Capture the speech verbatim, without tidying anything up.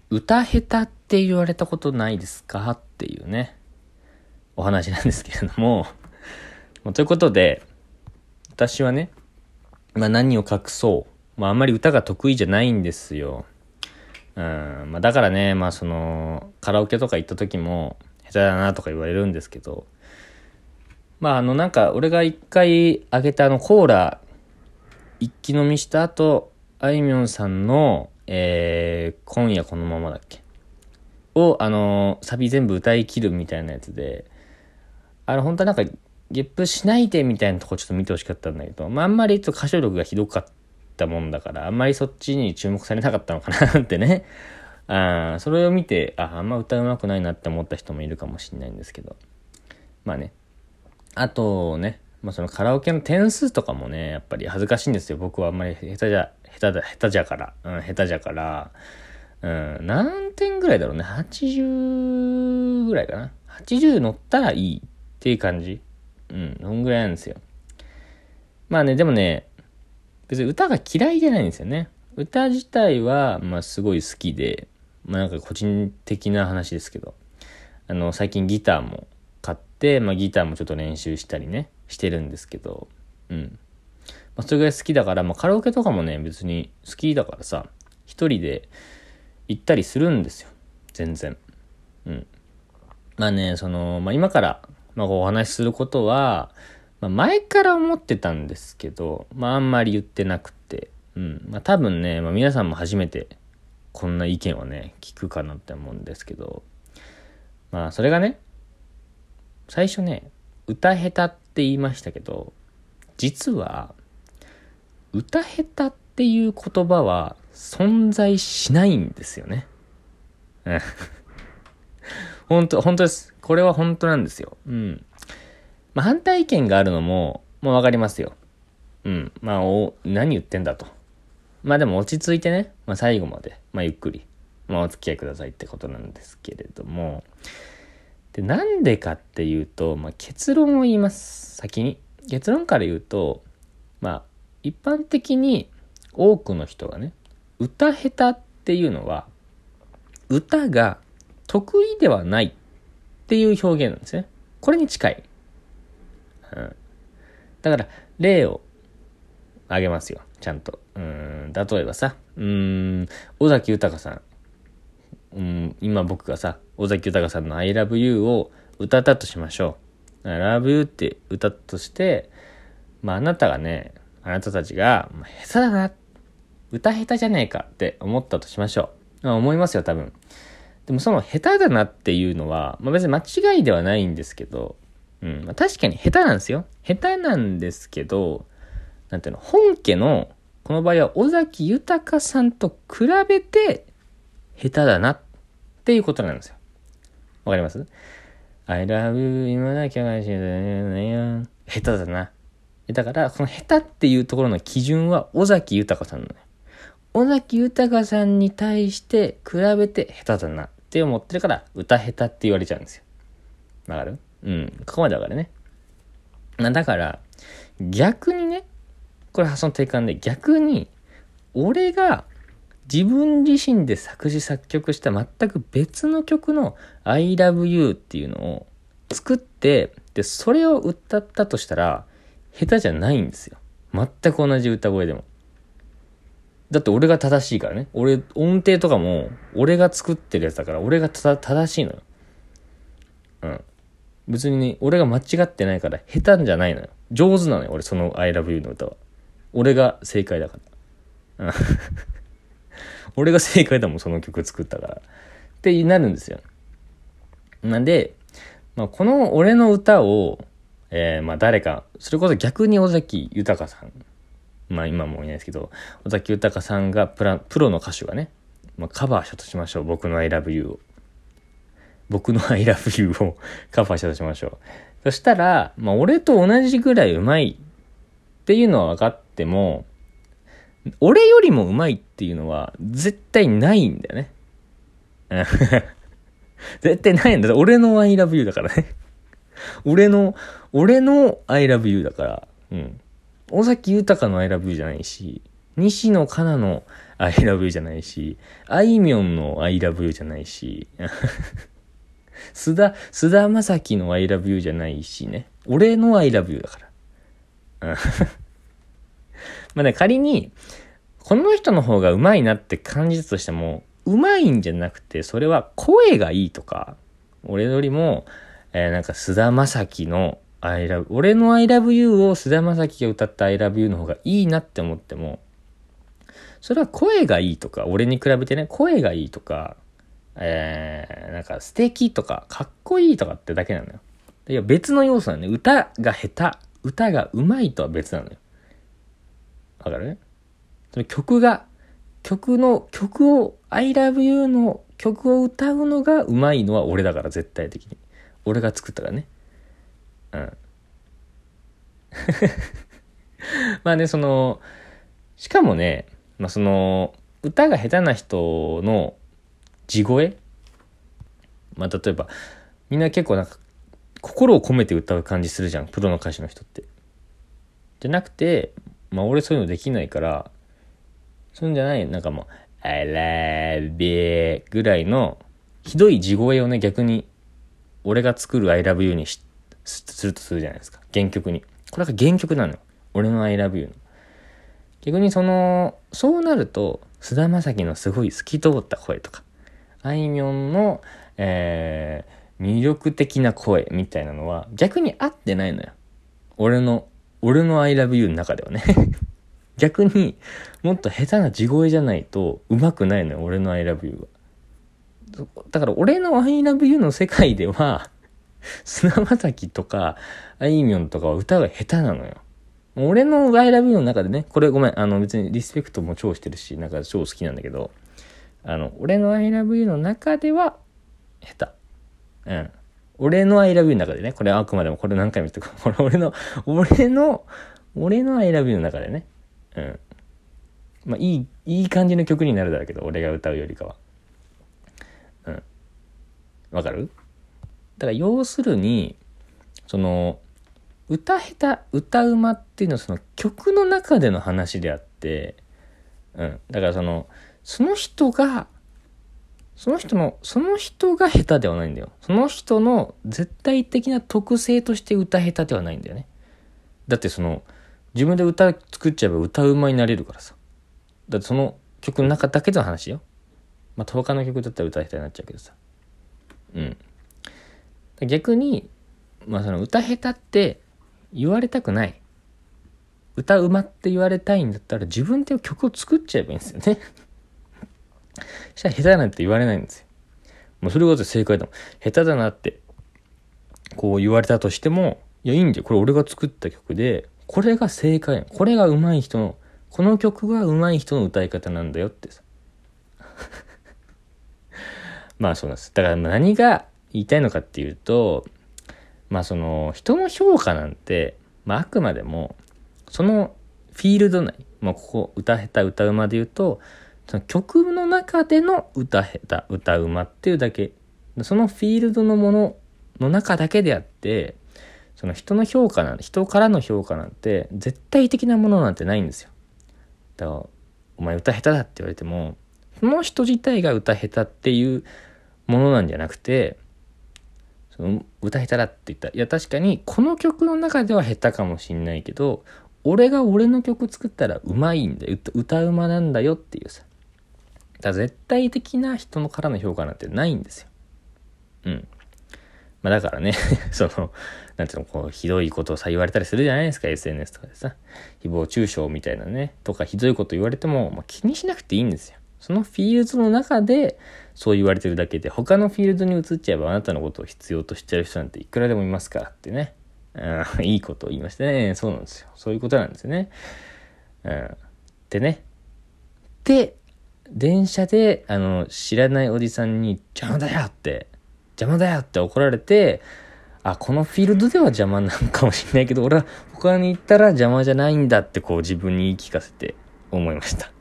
歌下手って言われたことないですかっていうね、お話なんですけれども、ということで、私はね、まあ何を隠そう。まああんまり歌が得意じゃないんですよ。うん、まあだからね、まあその、カラオケとか行った時も、下手だなとか言われるんですけど、まああのなんか、俺が一回あげたあのコーラ、一気飲みした後、あいみょんさんの、えー、今夜このままだっけを、あのー、サビ全部歌い切るみたいなやつで、あの、本当はなんか、ゲップしないでみたいなとこちょっと見てほしかったんだけど、まあ、あんまりちょっと歌唱力がひどかったもんだから、あんまりそっちに注目されなかったのかなってね。あそれを見て、あ、あんま歌うまくないなって思った人もいるかもしれないんですけど。まあね。あとね、まあそのカラオケの点数とかもね、やっぱり恥ずかしいんですよ。僕はあんまり下手じゃ、下手だ、下手じゃから。うん、下手じゃから。うん、何点ぐらいだろうね。はちじゅうぐらいかな。はちじゅう乗ったらいいっていう感じ。うん、そんぐらいなんですよ。まあね、でもね、別に歌が嫌いじゃないんですよね。歌自体は、まあすごい好きで、まあなんか個人的な話ですけど、あの、最近ギターも買って、まあギターもちょっと練習したりね、してるんですけど、うん。まあそれぐらい好きだから、まあカラオケとかもね、別に好きだからさ、一人で行ったりするんですよ。全然。うん。まあね、その、まあ今から、まあお話しすることは、まあ前から思ってたんですけど、まああんまり言ってなくて、うん。まあ多分ね、まあ皆さんも初めてこんな意見をね、聞くかなって思うんですけど、まあそれがね、最初ね、歌下手って言いましたけど、実は、歌下手っていう言葉は存在しないんですよね。本当、本当です。これは本当なんですよ。うん。まあ反対意見があるのも、もうわかりますよ。うん。まあ、お、何言ってんだと。まあでも落ち着いてね、まあ最後まで、まあゆっくり、まあお付き合いくださいってことなんですけれども、で、なんでかっていうと、まあ結論を言います。先に。結論から言うと、まあ一般的に多くの人がね、歌下手っていうのは、歌が得意ではないっていう表現なんですね。これに近い。うん、だから、例を挙げますよ。ちゃんと。うーん、例えばさ、うーん、尾崎豊さん。うん、今僕がさ、尾崎豊さんの I love you を歌ったとしましょう。I love you って歌ったとして、まああなたがね、あなたたちが、まあ、下手だな、歌下手じゃねえかって思ったとしましょう。まあ、思いますよ、多分。でもその下手だなっていうのは、まあ別に間違いではないんですけど、うん、まあ、確かに下手なんですよ。下手なんですけど、なんていうの、本家の、この場合は尾崎豊さんと比べて、下手だなっていうことなんですよ。わかります？ I love you 今だけは知らないよ。下手だな。だから、この下手っていうところの基準は尾崎豊さんなのよ。尾崎豊さんに対して比べて下手だなって思ってるから、歌下手って言われちゃうんですよ。わかる？うん。ここまでわかるね。だから、逆にね、これ発想の転換で、逆に、俺が自分自身で作詞作曲した全く別の曲の I love you っていうのを作って、で、それを歌ったとしたら、下手じゃないんですよ。全く同じ歌声でも。だって俺が正しいからね。俺、音程とかも、俺が作ってるやつだから、俺がた正しいのよ。うん。別にね、俺が間違ってないから、下手じゃないのよ。上手なのよ、俺、その I love you の歌は。俺が正解だから。うん。俺が正解だもん、その曲作ったから。ってなるんですよ。なんで、まあ、この俺の歌を、えー、まあ誰か、それこそ逆に尾崎豊さん。まあ今もいないですけど、尾崎豊さんがプラ、プロの歌手がね、まあ、カバーしたとしましょう。僕の I love you を。僕の I love you をカバーしたとしましょう。そしたら、まあ俺と同じぐらい上手いっていうのは分かっても、俺よりも上手いっていうのは絶対ないんだよね。絶対ないんだ。俺の I love you だからね。俺の、俺の I love you だから。うん。尾崎豊の I love you じゃないし、 西野カナの I love you じゃないし、あいみょんの I love you じゃないし、須田、須田まさきの I love you じゃないしね。俺の I love you だから。まあね、仮に、この人の方が上手いなって感じたとしても、上手いんじゃなくて、それは声がいいとか、俺よりも、えー、なんか須田まさきの I love、俺の I love you を須田まさきが歌った I love you の方がいいなって思っても、それは声がいいとか、俺に比べてね、声がいいとか、えー、なんか素敵とか、かっこいいとかってだけなのよ。いや、別の要素なのね。歌が下手、歌が上手いとは別なのよ。わかる？その曲が、曲の、曲を、I love you の曲を歌うのが上手いのは俺だから、絶対的に。俺が作ったからね。うん。まあね、その、しかもね、まあその、歌が下手な人の地声、まあ例えば、みんな結構なんか、心を込めて歌う感じするじゃん、プロの歌手の人って。じゃなくて、まあ俺そういうのできないから、そういうんじゃない、なんかもう、I love you ぐらいの、ひどい地声をね、逆に、俺が作る I love you にしするとするじゃないですか。原曲に。これが原曲なのよ。俺の I love you の。逆にその、そうなると、菅田将暉のすごい透き通った声とか、あいみょんの、えー、魅力的な声みたいなのは逆に合ってないのよ。俺の、俺の I love you の中ではね。逆にもっと下手な地声じゃないと上手くないのよ、俺の I love you は。だから俺の I love you の世界では菅田将暉とかあいみょんとかは歌が下手なのよ。俺の I love you の中でね、これごめん、あの別にリスペクトも超してるし、なんか超好きなんだけど、あの俺の I love you の中では下手。うん。俺の I love you の中でね、これあくまでもこれ何回も言ってこれ俺の俺の俺の I love you の中でね。うん。まあいいいい感じの曲になるだろうけど、俺が歌うよりかは。うん。わかる？だから要するにその歌下手歌うまっていうのはその曲の中での話であって、うん。だからそのその人がその人のその人が下手ではないんだよ。その人の絶対的な特性として歌下手ではないんだよね。だってその自分で歌作っちゃえば歌うまになれるからさ。だってその曲の中だけの話よ。まあ他の曲だったら歌下手になっちゃうけどさ。うん。逆にまあその歌下手って言われたくない。歌うまって言われたいんだったら自分で曲を作っちゃえばいいんですよね。したら下手なんて言われないんですよ。もうそれこそ正解だもん。下手だなってこう言われたとしても、いやいいんだよ。これ俺が作った曲で、これが正解。これが上手い人の、この曲が上手い人の歌い方なんだよってさ。まあそうなんです。だから何が言いたいのかっていうと、まあその人の評価なんて、まああくまでもそのフィールド内、まあここ歌下手歌うまで言うと、その曲の中での歌下手歌うまっていうだけ、そのフィールドのものの中だけであって、その人の評価なんて、人からの評価なんて絶対的なものなんてないんですよ。だからお前歌下手だって言われても、その人自体が歌下手っていうものなんじゃなくて、その歌下手だって言った、いや確かにこの曲の中では下手かもしんないけど、俺が俺の曲作ったらうまいんだよ、歌うまなんだよっていうさ。だから絶対的な人のからの評価なんてないんですよ。うん。まあだからね、その、なんていうの、こう、ひどいことをさ、言われたりするじゃないですか、エスエヌエス とかでさ。誹謗中傷みたいなね、とかひどいこと言われても、まあ、気にしなくていいんですよ。そのフィールドの中で、そう言われてるだけで、他のフィールドに移っちゃえばあなたのことを必要としてる人なんていくらでもいますからってね。うん、いいことを言いましたね。そうなんですよ。そういうことなんですよね。うん。でね。で、電車で、あの、知らないおじさんに、邪魔だよって、邪魔だよって怒られて、あ、このフィールドでは邪魔なんかもしれないけど、俺は他に行ったら邪魔じゃないんだって、こう自分に言い聞かせて思いました。